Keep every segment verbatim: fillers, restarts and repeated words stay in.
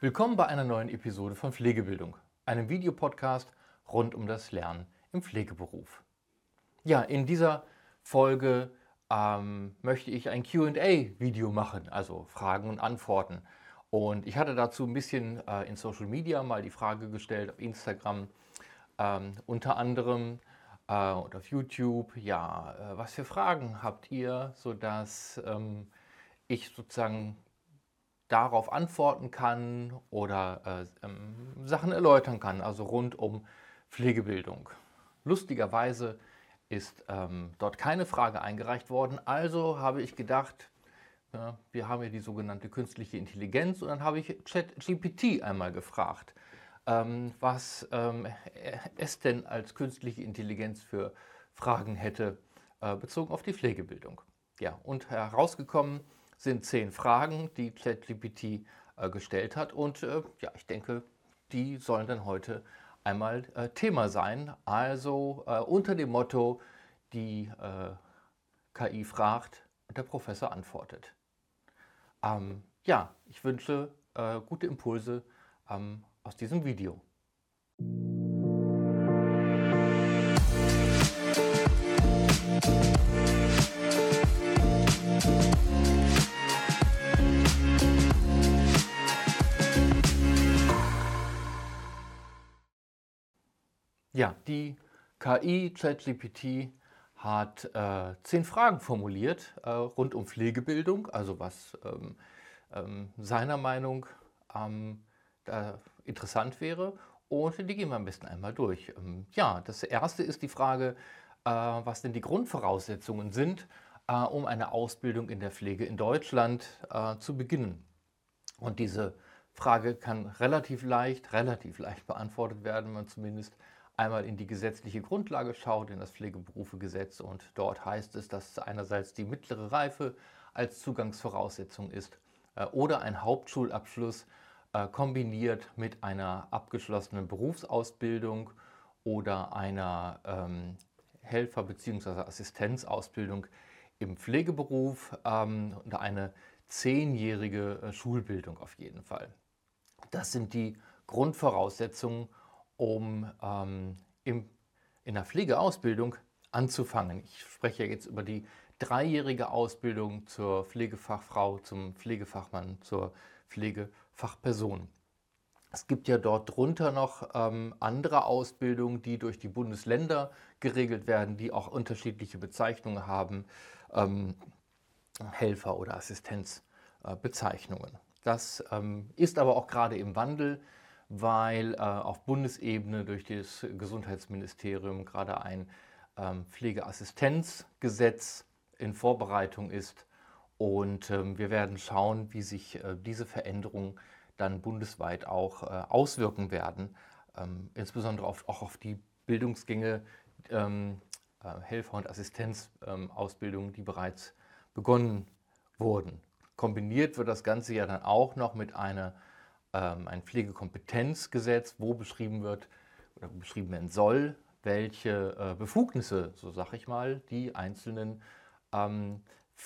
Willkommen bei einer neuen Episode von Pflegebildung, einem Videopodcast rund um das Lernen im Pflegeberuf. Ja, in dieser Folge ähm, möchte ich ein Q und A-Video machen, also Fragen und Antworten. Und ich hatte dazu ein bisschen äh, in Social Media mal die Frage gestellt, auf Instagram ähm, unter anderem äh, und auf YouTube, ja, äh, was für Fragen habt ihr, sodass ähm, ich sozusagen darauf antworten kann oder äh, ähm, Sachen erläutern kann, also rund um Pflegebildung. Lustigerweise ist ähm, dort keine Frage eingereicht worden, also habe ich gedacht, ja, wir haben ja die sogenannte künstliche Intelligenz und dann habe ich ChatGPT einmal gefragt, ähm, was ähm, es denn als künstliche Intelligenz für Fragen hätte, äh, bezogen auf die Pflegebildung. Ja, und herausgekommen sind zehn Fragen, die ChatGPT äh, gestellt hat und äh, ja, ich denke, die sollen dann heute einmal äh, Thema sein. Also äh, unter dem Motto, die äh, K I fragt und der Professor antwortet. Ähm, ja, ich wünsche äh, gute Impulse ähm, aus diesem Video. Ja, die K I ChatGPT hat äh, zehn Fragen formuliert äh, rund um Pflegebildung, also was ähm, ähm, seiner Meinung ähm, da interessant wäre. Und die gehen wir am besten einmal durch. Ähm, ja, das erste ist die Frage, äh, was denn die Grundvoraussetzungen sind, äh, um eine Ausbildung in der Pflege in Deutschland äh, zu beginnen. Und diese Frage kann relativ leicht, relativ leicht beantwortet werden, wenn man zumindest einmal in die gesetzliche Grundlage schaut, in das Pflegeberufegesetz. Und dort heißt es, dass einerseits die mittlere Reife als Zugangsvoraussetzung ist äh, oder ein Hauptschulabschluss äh, kombiniert mit einer abgeschlossenen Berufsausbildung oder einer ähm, Helfer- bzw. Assistenzausbildung im Pflegeberuf ähm, und eine zehnjährige äh, Schulbildung auf jeden Fall. Das sind die Grundvoraussetzungen, um ähm, im, in der Pflegeausbildung anzufangen. Ich spreche jetzt über die dreijährige Ausbildung zur Pflegefachfrau, zum Pflegefachmann, zur Pflegefachperson. Es gibt ja dort drunter noch ähm, andere Ausbildungen, die durch die Bundesländer geregelt werden, die auch unterschiedliche Bezeichnungen haben. Ähm, Helfer- oder Assistenzbezeichnungen. Das ähm, ist aber auch gerade im Wandel, weil äh, auf Bundesebene durch das Gesundheitsministerium gerade ein ähm, Pflegeassistenzgesetz in Vorbereitung ist. Und ähm, wir werden schauen, wie sich äh, diese Veränderungen dann bundesweit auch äh, auswirken werden, ähm, insbesondere auf, auch auf die Bildungsgänge, ähm, äh, Helfer- und Assistenzausbildungen, die bereits begonnen wurden. Kombiniert wird das Ganze ja dann auch noch mit einer, ähm, einem Pflegekompetenzgesetz, wo beschrieben wird oder beschrieben werden soll, welche äh, Befugnisse, so sage ich mal, die einzelnen ähm,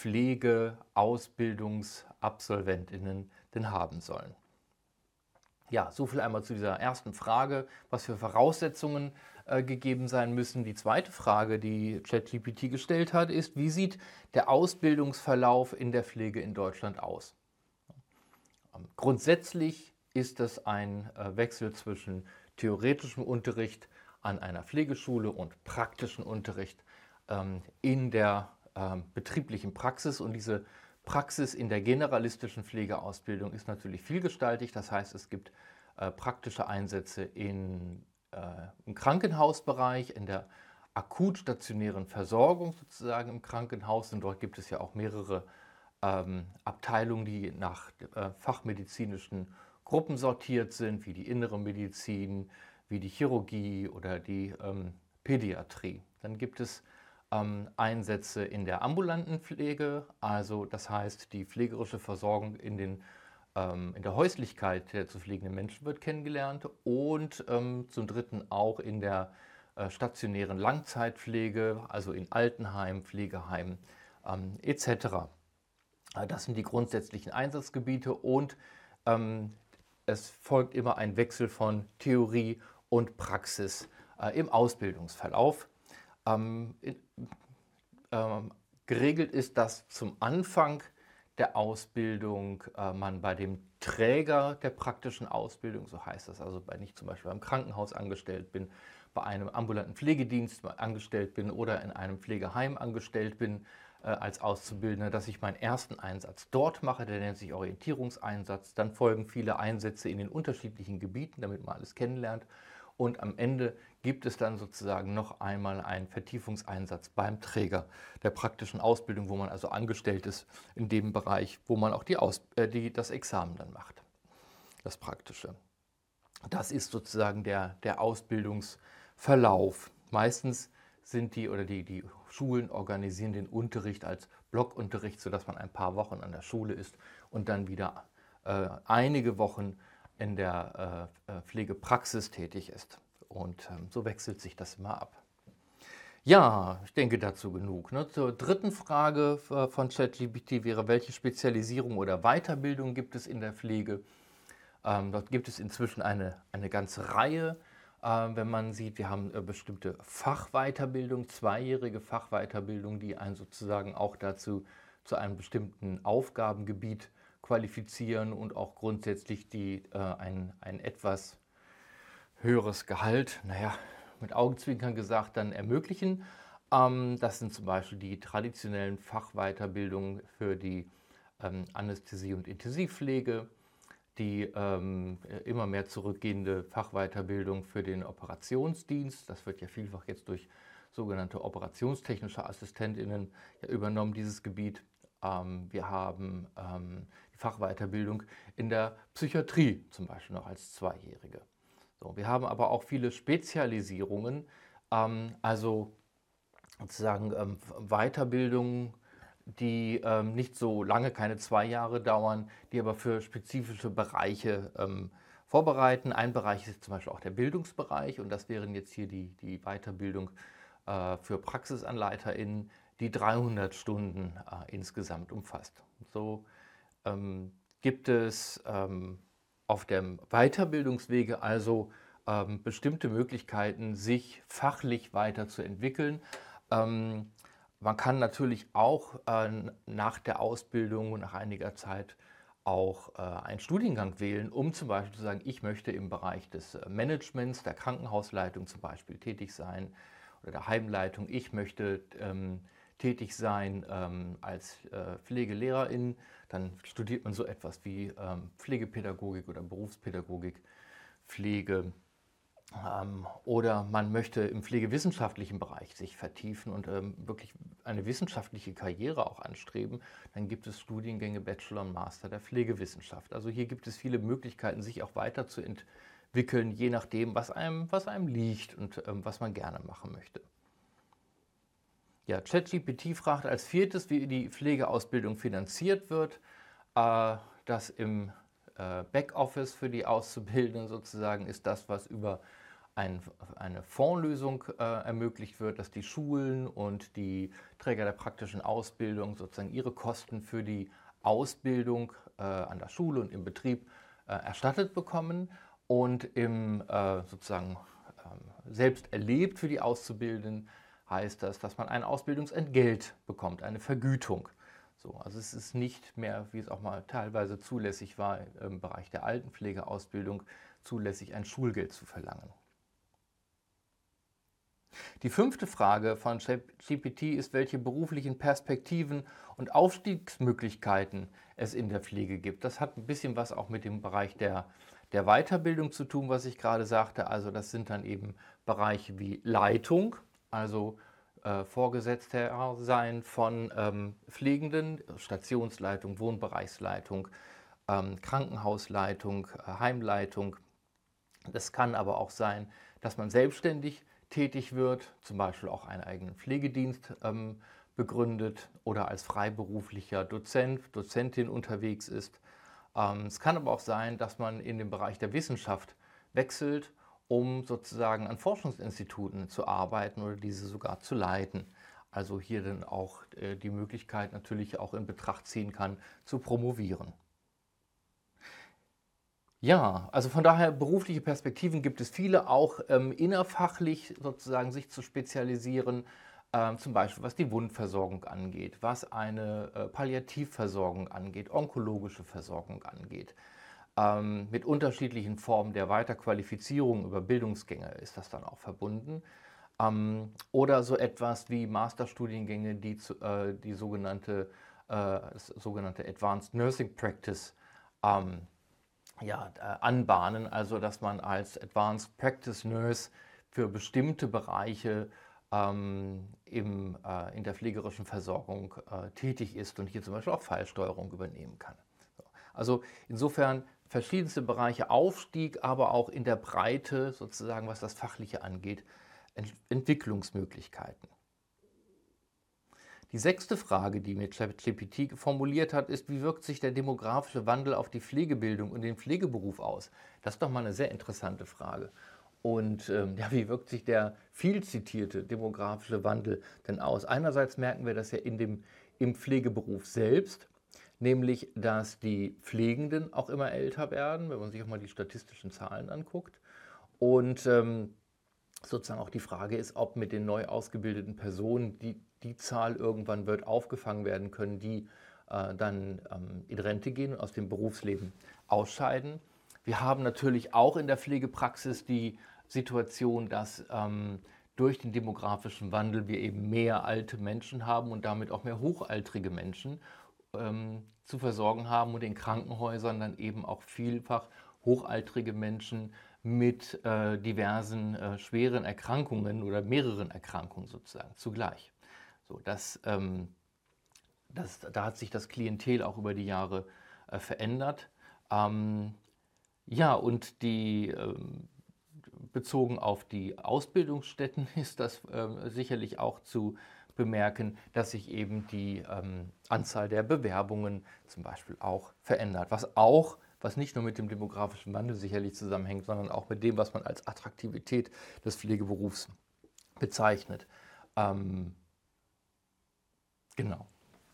Pflegeausbildungsabsolventinnen denn haben sollen. Ja, so viel einmal zu dieser ersten Frage, was für Voraussetzungen äh, gegeben sein müssen. Die zweite Frage, die ChatGPT gestellt hat, ist, wie sieht der Ausbildungsverlauf in der Pflege in Deutschland aus? Ähm, grundsätzlich ist es ein äh, Wechsel zwischen theoretischem Unterricht an einer Pflegeschule und praktischen Unterricht ähm, in der ähm, betrieblichen Praxis. Und diese Praxis in der generalistischen Pflegeausbildung ist natürlich vielgestaltig. Das heißt, es gibt äh, praktische Einsätze in, äh, im Krankenhausbereich, in der akut stationären Versorgung sozusagen im Krankenhaus. Und dort gibt es ja auch mehrere ähm, Abteilungen, die nach äh, fachmedizinischen Gruppen sortiert sind, wie die innere Medizin, wie die Chirurgie oder die ähm, Pädiatrie. Dann gibt es ähm, Einsätze in der ambulanten Pflege, also das heißt, die pflegerische Versorgung in, den, ähm, in der Häuslichkeit der zu pflegenden Menschen wird kennengelernt und ähm, zum Dritten auch in der äh, stationären Langzeitpflege, also in Altenheimen, Pflegeheimen ähm, et cetera. Das sind die grundsätzlichen Einsatzgebiete und ähm, es folgt immer ein Wechsel von Theorie und Praxis äh, im Ausbildungsverlauf. Ähm, in, ähm, geregelt ist, dass zum Anfang der Ausbildung äh, man bei dem Träger der praktischen Ausbildung, so heißt das, also wenn ich zum Beispiel beim Krankenhaus angestellt bin, bei einem ambulanten Pflegedienst angestellt bin oder in einem Pflegeheim angestellt bin äh, als Auszubildender, dass ich meinen ersten Einsatz dort mache, der nennt sich Orientierungseinsatz. Dann folgen viele Einsätze in den unterschiedlichen Gebieten, damit man alles kennenlernt. Und am Ende gibt es dann sozusagen noch einmal einen Vertiefungseinsatz beim Träger der praktischen Ausbildung, wo man also angestellt ist in dem Bereich, wo man auch die Aus äh, die, das Examen dann macht, das Praktische. Das ist sozusagen der, der Ausbildungsverlauf. Meistens sind die oder die, die Schulen organisieren den Unterricht als Blockunterricht, sodass man ein paar Wochen an der Schule ist und dann wieder äh, einige Wochen in der äh, Pflegepraxis tätig ist. Und ähm, so wechselt sich das immer ab. Ja, ich denke dazu genug. Ne? Zur dritten Frage äh, von ChatGPT wäre, welche Spezialisierung oder Weiterbildung gibt es in der Pflege? Ähm, dort gibt es inzwischen eine, eine ganze Reihe. Äh, wenn man sieht, wir haben äh, bestimmte Fachweiterbildung, zweijährige Fachweiterbildung, die einen sozusagen auch dazu zu einem bestimmten Aufgabengebiet qualifizieren und auch grundsätzlich die, äh, ein, ein etwas höheres Gehalt, naja, mit Augenzwinkern gesagt, dann ermöglichen. Ähm, das sind zum Beispiel die traditionellen Fachweiterbildungen für die ähm, Anästhesie- und Intensivpflege, die ähm, immer mehr zurückgehende Fachweiterbildung für den Operationsdienst. Das wird ja vielfach jetzt durch sogenannte operationstechnische AssistentInnen ja übernommen, dieses Gebiet. Ähm, wir haben ähm, die Fachweiterbildung in der Psychiatrie zum Beispiel noch als Zweijährige. So, wir haben aber auch viele Spezialisierungen, ähm, also sozusagen ähm, Weiterbildungen, die ähm, nicht so lange, keine zwei Jahre dauern, die aber für spezifische Bereiche ähm, vorbereiten. Ein Bereich ist zum Beispiel auch der Bildungsbereich und das wären jetzt hier die, die Weiterbildung äh, für PraxisanleiterInnen, die dreihundert Stunden äh, insgesamt umfasst. So ähm, gibt es ähm, auf dem Weiterbildungswege also ähm, bestimmte Möglichkeiten, sich fachlich weiterzuentwickeln. Ähm, man kann natürlich auch äh, nach der Ausbildung, nach einiger Zeit auch äh, einen Studiengang wählen, um zum Beispiel zu sagen, ich möchte im Bereich des Managements, der Krankenhausleitung zum Beispiel tätig sein oder der Heimleitung. Ich möchte ähm, tätig sein ähm, als äh, Pflegelehrerin. Dann studiert man so etwas wie ähm, Pflegepädagogik oder Berufspädagogik, Pflege. Ähm, oder man möchte im pflegewissenschaftlichen Bereich sich vertiefen und ähm, wirklich eine wissenschaftliche Karriere auch anstreben. Dann gibt es Studiengänge Bachelor und Master der Pflegewissenschaft. Also hier gibt es viele Möglichkeiten, sich auch weiterzuentwickeln, je nachdem, was einem, was einem liegt und ähm, was man gerne machen möchte. Ja, ChatGPT fragt als viertes, wie die Pflegeausbildung finanziert wird. Äh, das im äh, Backoffice für die Auszubildenden sozusagen ist das, was über ein, eine Fondslösung äh, ermöglicht wird, dass die Schulen und die Träger der praktischen Ausbildung sozusagen ihre Kosten für die Ausbildung äh, an der Schule und im Betrieb äh, erstattet bekommen und im äh, sozusagen ähm, selbst erlebt für die Auszubildenden heißt das, dass man ein Ausbildungsentgelt bekommt, eine Vergütung. So, also es ist nicht mehr, wie es auch mal teilweise zulässig war, im Bereich der Altenpflegeausbildung, zulässig ein Schulgeld zu verlangen. Die fünfte Frage von ChatGPT ist, welche beruflichen Perspektiven und Aufstiegsmöglichkeiten es in der Pflege gibt. Das hat ein bisschen was auch mit dem Bereich der, der Weiterbildung zu tun, was ich gerade sagte. Also das sind dann eben Bereiche wie Leitung, also äh, Vorgesetzter sein von ähm, Pflegenden, Stationsleitung, Wohnbereichsleitung, ähm, Krankenhausleitung, äh, Heimleitung. Das kann aber auch sein, dass man selbstständig tätig wird, zum Beispiel auch einen eigenen Pflegedienst ähm, begründet oder als freiberuflicher Dozent, Dozentin unterwegs ist. Ähm, es kann aber auch sein, dass man in den Bereich der Wissenschaft wechselt, um sozusagen an Forschungsinstituten zu arbeiten oder diese sogar zu leiten. Also hier dann auch äh, die Möglichkeit natürlich auch in Betracht ziehen kann, zu promovieren. Ja, also von daher berufliche Perspektiven gibt es viele, auch ähm, innerfachlich sozusagen sich zu spezialisieren, ähm, zum Beispiel was die Wundversorgung angeht, was eine äh, Palliativversorgung angeht, onkologische Versorgung angeht. Ähm, mit unterschiedlichen Formen der Weiterqualifizierung über Bildungsgänge ist das dann auch verbunden. Ähm, oder so etwas wie Masterstudiengänge, die, zu, äh, die sogenannte, äh, das sogenannte Advanced Nursing Practice ähm, ja, äh, anbahnen, also dass man als Advanced Practice Nurse für bestimmte Bereiche ähm, im, äh, in der pflegerischen Versorgung äh, tätig ist und hier zum Beispiel auch Fallsteuerung übernehmen kann. So. Also insofern verschiedenste Bereiche Aufstieg, aber auch in der Breite sozusagen, was das Fachliche angeht, Ent Entwicklungsmöglichkeiten. Die sechste Frage, die mir ChatGPT formuliert hat, ist: Wie wirkt sich der demografische Wandel auf die Pflegebildung und den Pflegeberuf aus? Das ist doch mal eine sehr interessante Frage. Und ähm, ja, wie wirkt sich der viel zitierte demografische Wandel denn aus? Einerseits merken wir das ja in dem, im Pflegeberuf selbst, nämlich dass die Pflegenden auch immer älter werden, wenn man sich auch mal die statistischen Zahlen anguckt. Und ähm, sozusagen auch die Frage ist, ob mit den neu ausgebildeten Personen die, die Zahl irgendwann wird aufgefangen werden können, die äh, dann ähm, in Rente gehen und aus dem Berufsleben ausscheiden. Wir haben natürlich auch in der Pflegepraxis die Situation, dass ähm, durch den demografischen Wandel wir eben mehr alte Menschen haben und damit auch mehr hochaltrige Menschen ähm, zu versorgen haben und in Krankenhäusern dann eben auch vielfach hochaltrige Menschen mit äh, diversen äh, schweren Erkrankungen oder mehreren Erkrankungen sozusagen zugleich. So, das, ähm, das, da hat sich das Klientel auch über die Jahre äh, verändert. Ähm, ja, und die, ähm, bezogen auf die Ausbildungsstätten ist das äh, sicherlich auch zu bemerken, dass sich eben die ähm, Anzahl der Bewerbungen zum Beispiel auch verändert, was auch was nicht nur mit dem demografischen Wandel sicherlich zusammenhängt, sondern auch mit dem, was man als Attraktivität des Pflegeberufs bezeichnet. Ähm, genau.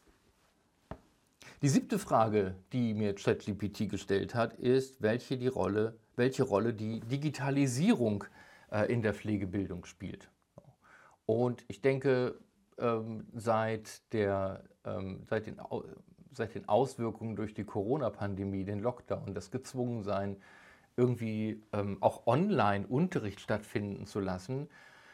Die siebte Frage, die mir ChatGPT gestellt hat, ist, welche, die Rolle, welche Rolle die Digitalisierung äh, in der Pflegebildung spielt. Und ich denke, ähm, seit, der, ähm, seit, den, seit den Auswirkungen durch die Corona-Pandemie, den Lockdown, das Gezwungensein, irgendwie ähm, auch online Unterricht stattfinden zu lassen,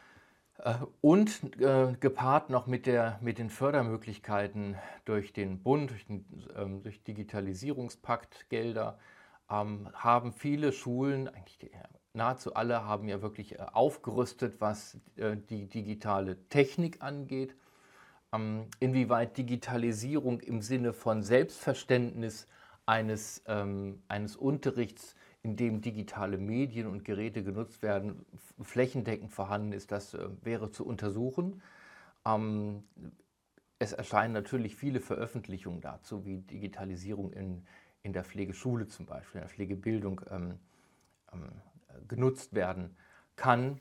äh, und äh, gepaart noch mit, der, mit den Fördermöglichkeiten durch den Bund, durch, den, ähm, durch Digitalisierungspakt Gelder, ähm, haben viele Schulen, eigentlich die, nahezu alle, haben ja wirklich äh, aufgerüstet, was äh, die digitale Technik angeht. Ähm, inwieweit Digitalisierung im Sinne von Selbstverständnis eines, ähm, eines Unterrichts, in dem digitale Medien und Geräte genutzt werden, flächendeckend vorhanden ist, das äh, wäre zu untersuchen. Ähm, es erscheinen natürlich viele Veröffentlichungen dazu, wie Digitalisierung in, in der Pflegeschule zum Beispiel, in der Pflegebildung ähm, ähm, genutzt werden kann.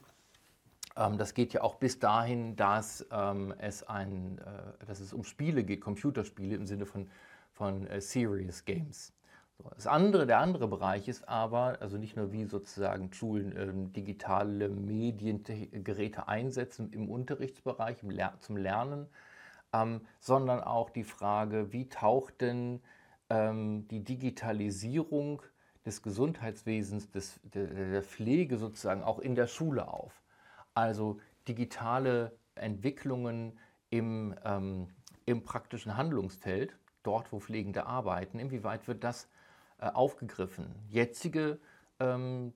Ähm, das geht ja auch bis dahin, dass, ähm, es, ein, äh, dass es um Spiele geht, Computerspiele im Sinne von, von äh, Serious Games. So, das andere, der andere Bereich ist aber, also nicht nur wie sozusagen Schulen ähm, digitale Mediengeräte einsetzen im Unterrichtsbereich im Ler zum Lernen, ähm, sondern auch die Frage, wie taucht denn ähm, die Digitalisierung des Gesundheitswesens, des, der, der Pflege sozusagen auch in der Schule auf. Also digitale Entwicklungen im, ähm, im praktischen Handlungsfeld, dort wo Pflegende arbeiten, inwieweit wird das äh, aufgegriffen? Jetzige ähm,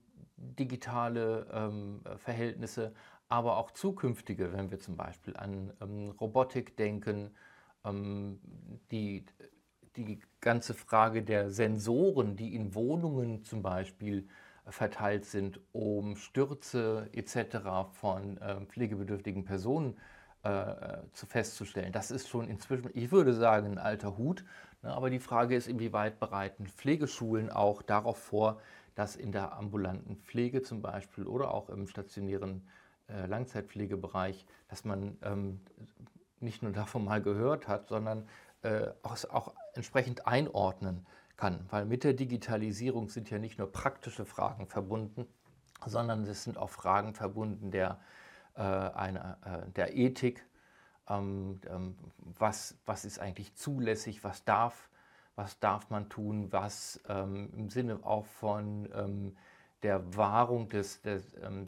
digitale ähm, Verhältnisse, aber auch zukünftige, wenn wir zum Beispiel an ähm, Robotik denken, ähm, die, die ganze Frage der Sensoren, die in Wohnungen zum Beispiel verteilt sind, um Stürze et cetera von äh, pflegebedürftigen Personen äh, zu festzustellen. Das ist schon inzwischen, ich würde sagen, ein alter Hut. Ne, aber die Frage ist, inwieweit bereiten Pflegeschulen auch darauf vor, dass in der ambulanten Pflege zum Beispiel oder auch im stationären äh, Langzeitpflegebereich, dass man ähm, nicht nur davon mal gehört hat, sondern äh, auch, auch entsprechend einordnen kann. Weil mit der Digitalisierung sind ja nicht nur praktische Fragen verbunden, sondern es sind auch Fragen verbunden der, äh, einer, äh, der Ethik. Ähm, ähm, was, was ist eigentlich zulässig, was darf, was darf man tun, was ähm, im Sinne auch von ähm, der Wahrung des, des ähm,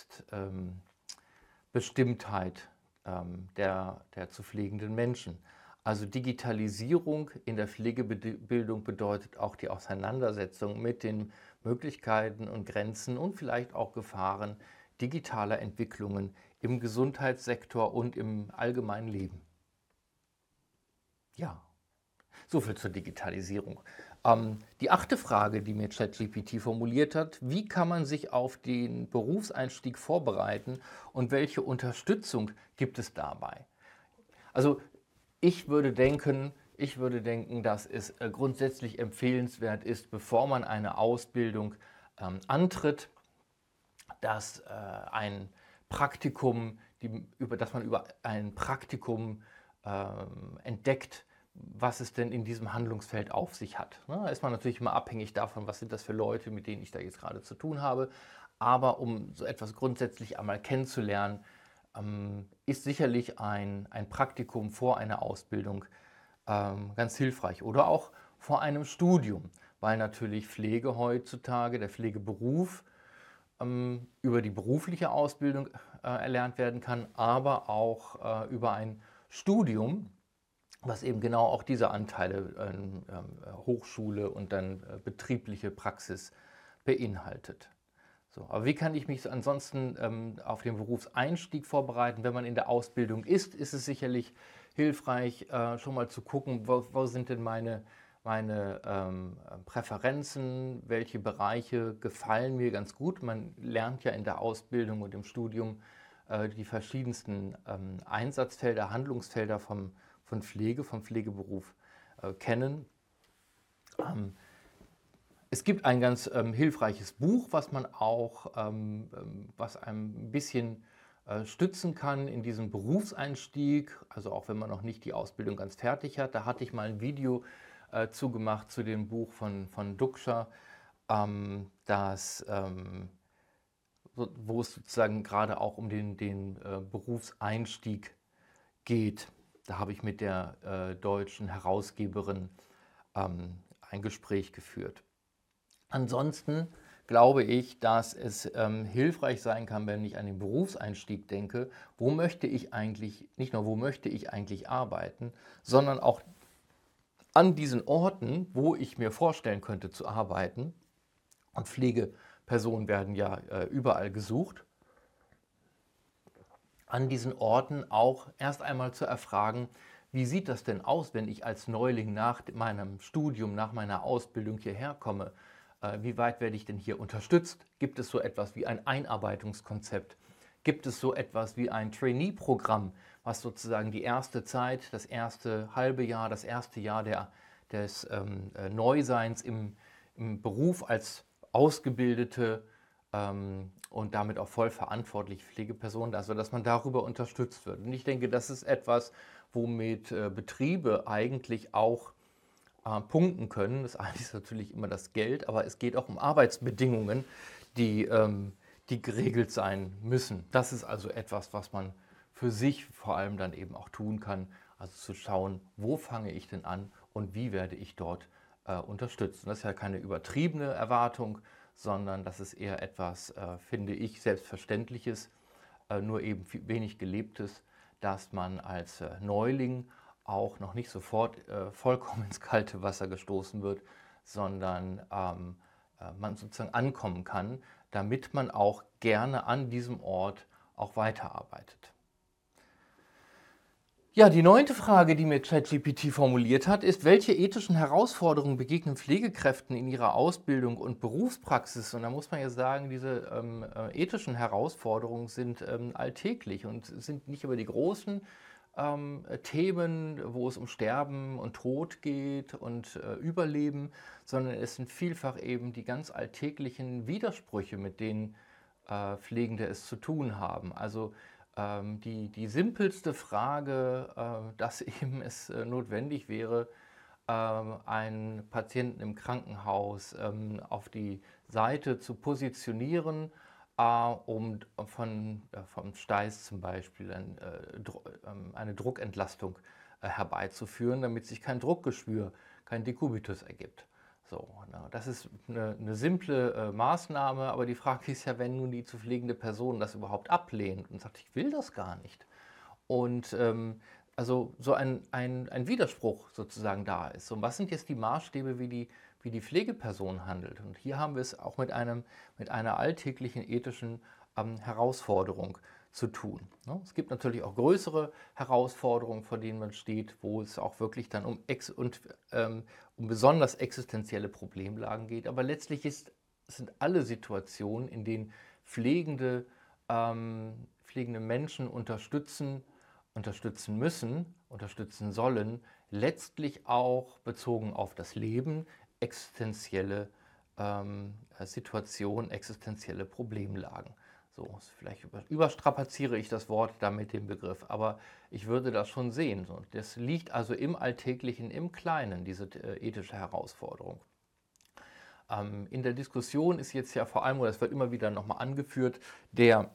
Selbstbestimmtheit ähm, der, der zu pflegenden Menschen. Also Digitalisierung in der Pflegebildung bedeutet auch die Auseinandersetzung mit den Möglichkeiten und Grenzen und vielleicht auch Gefahren digitaler Entwicklungen im Gesundheitssektor und im allgemeinen Leben. Ja, so viel zur Digitalisierung. Ähm, die achte Frage, die mir ChatGPT formuliert hat: Wie kann man sich auf den Berufseinstieg vorbereiten und welche Unterstützung gibt es dabei? Also ich würde denken, ich würde denken, dass es äh, grundsätzlich empfehlenswert ist, bevor man eine Ausbildung ähm, antritt, dass äh, ein Praktikum, die, über, dass man über ein Praktikum ähm, entdeckt, was es denn in diesem Handlungsfeld auf sich hat. Ne, da ist man natürlich immer abhängig davon, was sind das für Leute, mit denen ich da jetzt gerade zu tun habe. Aber um so etwas grundsätzlich einmal kennenzulernen, ähm, ist sicherlich ein, ein Praktikum vor einer Ausbildung ähm, ganz hilfreich oder auch vor einem Studium, weil natürlich Pflege heutzutage, der Pflegeberuf, ähm, über die berufliche Ausbildung äh, erlernt werden kann, aber auch äh, über ein Studium, was eben genau auch diese Anteile ähm, äh, Hochschule und dann äh, betriebliche Praxis beinhaltet. So, aber wie kann ich mich ansonsten ähm, auf den Berufseinstieg vorbereiten? Wenn man in der Ausbildung ist, ist es sicherlich hilfreich, äh, schon mal zu gucken, wo, wo sind denn meine, meine ähm, Präferenzen, welche Bereiche gefallen mir ganz gut. Man lernt ja in der Ausbildung und im Studium äh, die verschiedensten ähm, Einsatzfelder, Handlungsfelder vom, von Pflege, vom Pflegeberuf äh, kennen. Ähm, Es gibt ein ganz ähm, hilfreiches Buch, was man auch, ähm, ähm, was einem ein bisschen äh, stützen kann in diesem Berufseinstieg, also auch wenn man noch nicht die Ausbildung ganz fertig hat. Da hatte ich mal ein Video äh, zugemacht zu dem Buch von, von Dukscher, ähm, das, ähm, so, wo es sozusagen gerade auch um den, den äh, Berufseinstieg geht. Da habe ich mit der äh, deutschen Herausgeberin ähm, ein Gespräch geführt. Ansonsten glaube ich, dass es ähm, hilfreich sein kann, wenn ich an den Berufseinstieg denke, wo möchte ich eigentlich, nicht nur wo möchte ich eigentlich arbeiten, sondern auch an diesen Orten, wo ich mir vorstellen könnte zu arbeiten. Und Pflegepersonen werden ja äh, überall gesucht. An diesen Orten auch erst einmal zu erfragen, wie sieht das denn aus, wenn ich als Neuling nach meinem Studium, nach meiner Ausbildung hierher komme? Äh, Wie weit werde ich denn hier unterstützt? Gibt es so etwas wie ein Einarbeitungskonzept? Gibt es so etwas wie ein Trainee-Programm, was sozusagen die erste Zeit, das erste halbe Jahr, das erste Jahr der, des ähm, äh, Neuseins im, im Beruf als ausgebildete ähm, und damit auch voll verantwortliche Pflegeperson, also dass man darüber unterstützt wird. Und ich denke, das ist etwas, womit äh, Betriebe eigentlich auch äh, punkten können. Das eine ist natürlich immer das Geld, aber es geht auch um Arbeitsbedingungen, die, ähm, die geregelt sein müssen. Das ist also etwas, was man für sich vor allem dann eben auch tun kann, also zu schauen, wo fange ich denn an und wie werde ich dort äh, unterstützt. Und das ist ja keine übertriebene Erwartung, sondern das ist eher etwas, äh, finde ich, Selbstverständliches, äh, nur eben wenig Gelebtes, dass man als äh, Neuling auch noch nicht sofort äh, vollkommen ins kalte Wasser gestoßen wird, sondern ähm, äh, man sozusagen ankommen kann, damit man auch gerne an diesem Ort auch weiterarbeitet. Ja, die neunte Frage, die mir ChatGPT formuliert hat, ist: Welche ethischen Herausforderungen begegnen Pflegekräften in ihrer Ausbildung und Berufspraxis? Und da muss man ja sagen, diese ähm, äh, ethischen Herausforderungen sind ähm, alltäglich und sind nicht über die großen ähm, Themen, wo es um Sterben und Tod geht und äh, Überleben, sondern es sind vielfach eben die ganz alltäglichen Widersprüche, mit denen äh, Pflegende es zu tun haben. Also ähm, die, die simpelste Frage, äh, dass eben es äh, notwendig wäre, ähm, einen Patienten im Krankenhaus ähm, auf die Seite zu positionieren, äh, um von, äh, vom Steiß zum Beispiel ein, äh, Dru ähm, eine Druckentlastung äh, herbeizuführen, damit sich kein Druckgeschwür, kein Dekubitus ergibt. So, na, das ist eine, eine simple äh, Maßnahme, aber die Frage ist ja, wenn nun die zu pflegende Person das überhaupt ablehnt und sagt, ich will das gar nicht. Und ähm, also so ein, ein, ein Widerspruch sozusagen da ist. Und was sind jetzt die Maßstäbe, wie die, wie die Pflegeperson handelt? Und hier haben wir es auch mit, einem, mit einer alltäglichen ethischen ähm, Herausforderung zu tun. Ne? Es gibt natürlich auch größere Herausforderungen, vor denen man steht, wo es auch wirklich dann um, ex und, ähm, um besonders existenzielle Problemlagen geht. Aber letztlich ist, sind alle Situationen, in denen pflegende, ähm, pflegende Menschen unterstützen, unterstützen müssen, unterstützen sollen, letztlich auch bezogen auf das Leben existenzielle ähm, Situationen, existenzielle Problemlagen. So, vielleicht überstrapaziere ich das Wort damit den Begriff, aber ich würde das schon sehen. So, das liegt also im Alltäglichen, im Kleinen, diese äh, ethische Herausforderung. Ähm, in der Diskussion ist jetzt ja vor allem, oder es wird immer wieder nochmal angeführt, der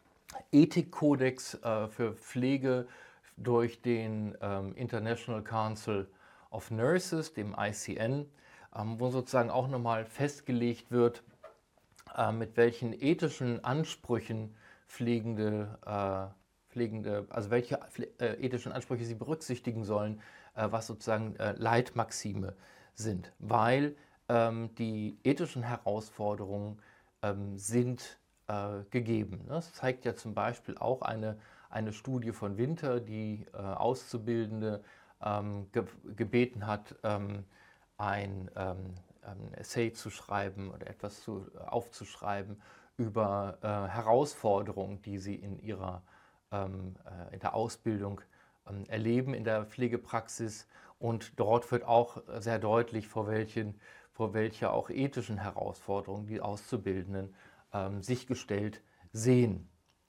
Ethikkodex äh, für Pflege durch den ähm, International Council of Nurses, dem I C N, ähm, wo sozusagen auch nochmal festgelegt wird, äh, mit welchen ethischen Ansprüchen pflegende, äh, pflegende also welche äh, ethischen Ansprüche sie berücksichtigen sollen, äh, was sozusagen äh, Leitmaxime sind. Weil ähm, die ethischen Herausforderungen ähm, sind äh, gegeben. Das zeigt ja zum Beispiel auch eine, eine Studie von Winter, die äh, Auszubildende ähm, ge gebeten hat, ähm, ein ähm, ein Essay zu schreiben oder etwas zu, aufzuschreiben über äh, Herausforderungen, die sie in ihrer ähm, äh, in der Ausbildung ähm, erleben, in der Pflegepraxis. Und dort wird auch sehr deutlich, vor welchen, vor welcher auch ethischen Herausforderungen die Auszubildenden ähm, sich gestellt sehen.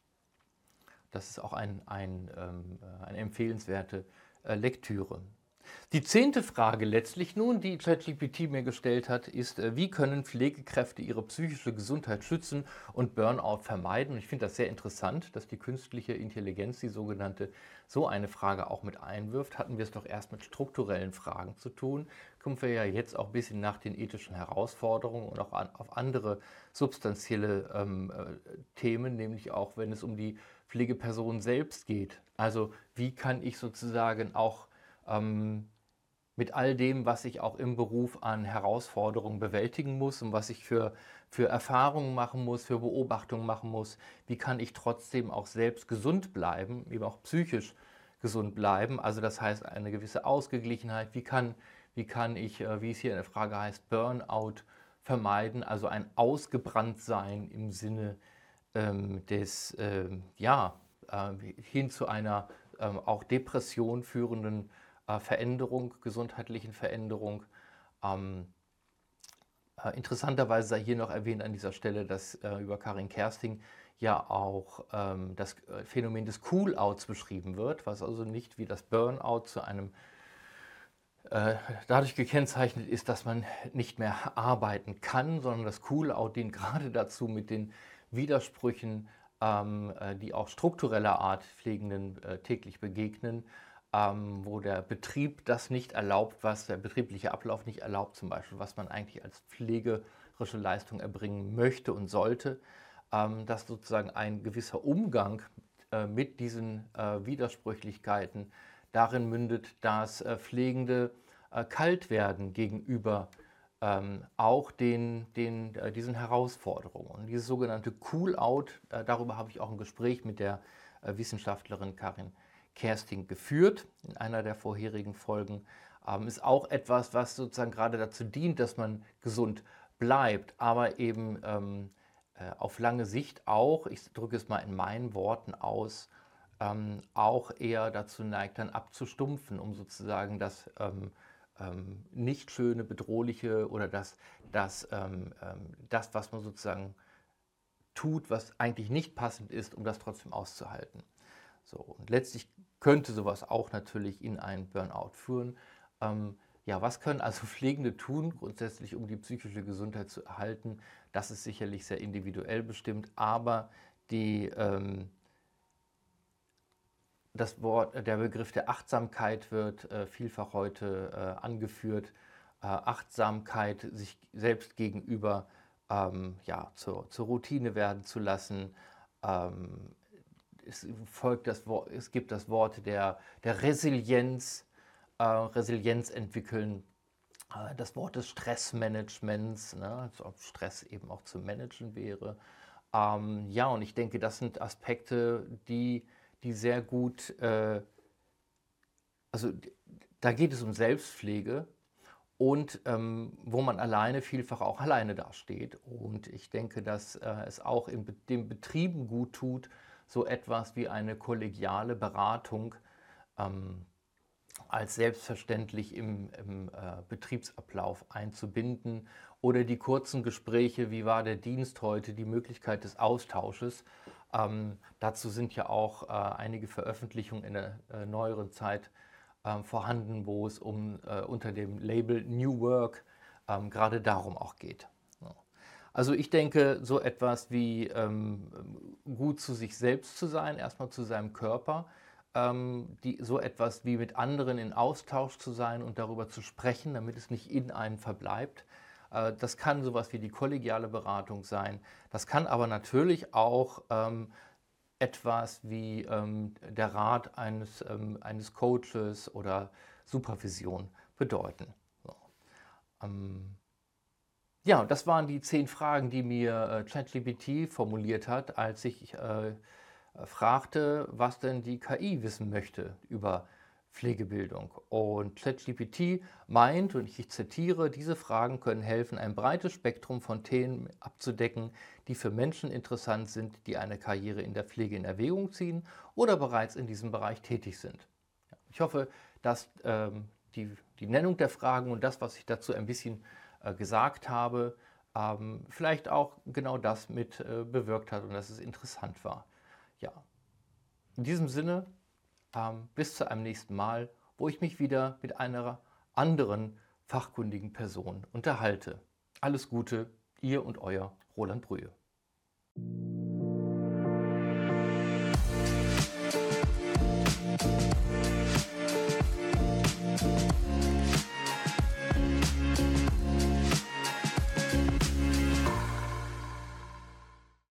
Das ist auch ein, ein, ähm, eine empfehlenswerte äh, Lektüre. Die zehnte Frage letztlich nun, die ChatGPT mir gestellt hat, ist, äh, wie können Pflegekräfte ihre psychische Gesundheit schützen und Burnout vermeiden? Und ich finde das sehr interessant, dass die künstliche Intelligenz, die sogenannte, so eine Frage auch mit einwirft. Hatten wir es doch erst mit strukturellen Fragen zu tun, kommen wir ja jetzt auch ein bisschen nach den ethischen Herausforderungen und auch an, auf andere substanzielle ähm, äh, Themen, nämlich auch wenn es um die Pflegeperson selbst geht. Also wie kann ich sozusagen auch ähm, mit all dem, was ich auch im Beruf an Herausforderungen bewältigen muss und was ich für, für Erfahrungen machen muss, für Beobachtungen machen muss, wie kann ich trotzdem auch selbst gesund bleiben, eben auch psychisch gesund bleiben. Also das heißt eine gewisse Ausgeglichenheit. Wie kann, wie kann ich, äh, wie es hier in der Frage heißt, Burnout vermeiden, also ein Ausgebranntsein im Sinne ähm, des, ähm, ja, äh, hin zu einer ähm, auch Depression führenden äh, Veränderung, gesundheitlichen Veränderung. Ähm, äh, interessanterweise sei hier noch erwähnt an dieser Stelle, dass äh, über Karin Kersting ja auch ähm, das äh, Phänomen des Cool-Outs beschrieben wird, was also nicht wie das Burnout zu einem äh, dadurch gekennzeichnet ist, dass man nicht mehr arbeiten kann, sondern das Cool-Out dient gerade dazu, mit den Widersprüchen, ähm, äh, die auch struktureller Art Pflegenden äh, täglich begegnen, ähm, wo der Betrieb das nicht erlaubt, was der betriebliche Ablauf nicht erlaubt, zum Beispiel, was man eigentlich als pflegerische Leistung erbringen möchte und sollte, ähm, dass sozusagen ein gewisser Umgang äh, mit diesen äh, Widersprüchlichkeiten darin mündet, dass äh, Pflegende äh, kalt werden gegenüber ähm, auch den, den, äh, diesen Herausforderungen. Und dieses sogenannte Cool-Out, äh, darüber habe ich auch ein Gespräch mit der äh, Wissenschaftlerin Karin Kersting geführt in einer der vorherigen Folgen, ähm, ist auch etwas, was sozusagen gerade dazu dient, dass man gesund bleibt, aber eben ähm, äh, auf lange Sicht auch, ich drücke es mal in meinen Worten aus, ähm, auch eher dazu neigt, dann abzustumpfen, um sozusagen das ähm, ähm, nicht schöne, bedrohliche oder das, das, ähm, ähm, das, was man sozusagen tut, was eigentlich nicht passend ist, um das trotzdem auszuhalten. So, und letztlich könnte sowas auch natürlich in einen Burnout führen. Ähm, Ja, was können also Pflegende tun, grundsätzlich, um die psychische Gesundheit zu erhalten? Das ist sicherlich sehr individuell bestimmt, aber die, ähm, das Wort, der Begriff der Achtsamkeit wird äh, vielfach heute äh, angeführt. Äh, Achtsamkeit sich selbst gegenüber ähm, ja, zur, zur Routine werden zu lassen. Ähm, es, folgt das Wort, es gibt das Wort der, der Resilienz, äh, Resilienz entwickeln, äh, das Wort des Stressmanagements, ne, als ob Stress eben auch zu managen wäre. Ähm, ja, und ich denke, das sind Aspekte, die, die sehr gut, äh, also da geht es um Selbstpflege und ähm, wo man alleine vielfach auch alleine dasteht. Und ich denke, dass äh, es auch in Be den Betrieben gut tut, so etwas wie eine kollegiale Beratung ähm, als selbstverständlich im, im äh, Betriebsablauf einzubinden oder die kurzen Gespräche, wie war der Dienst heute, die Möglichkeit des Austausches. Ähm, dazu sind ja auch äh, einige Veröffentlichungen in der äh, neueren Zeit ähm, vorhanden, wo es um äh, unter dem Label New Work ähm, gerade darum auch geht. Ja. Also ich denke, so etwas wie ähm, gut zu sich selbst zu sein, erstmal zu seinem Körper, ähm, die, so etwas wie mit anderen in Austausch zu sein und darüber zu sprechen, damit es nicht in einem verbleibt. Äh, das kann sowas wie die kollegiale Beratung sein. Das kann aber natürlich auch ähm, etwas wie ähm, der Rat eines, ähm, eines Coaches oder Supervision bedeuten. So. Ähm, ja, das waren die zehn Fragen, die mir äh, ChatGPT formuliert hat, als ich äh, fragte, was denn die K I wissen möchte über Pflegebildung. Und ChatGPT meint, und ich zitiere, diese Fragen können helfen, ein breites Spektrum von Themen abzudecken, die für Menschen interessant sind, die eine Karriere in der Pflege in Erwägung ziehen oder bereits in diesem Bereich tätig sind. Ja, ich hoffe, dass ähm, die, die Nennung der Fragen und das, was ich dazu ein bisschen äh, gesagt habe, ähm, vielleicht auch genau das mit äh, bewirkt hat und dass es interessant war. Ja, in diesem Sinne, ähm, bis zu einem nächsten Mal, wo ich mich wieder mit einer anderen fachkundigen Person unterhalte. Alles Gute, ihr und euer Roland Brühe.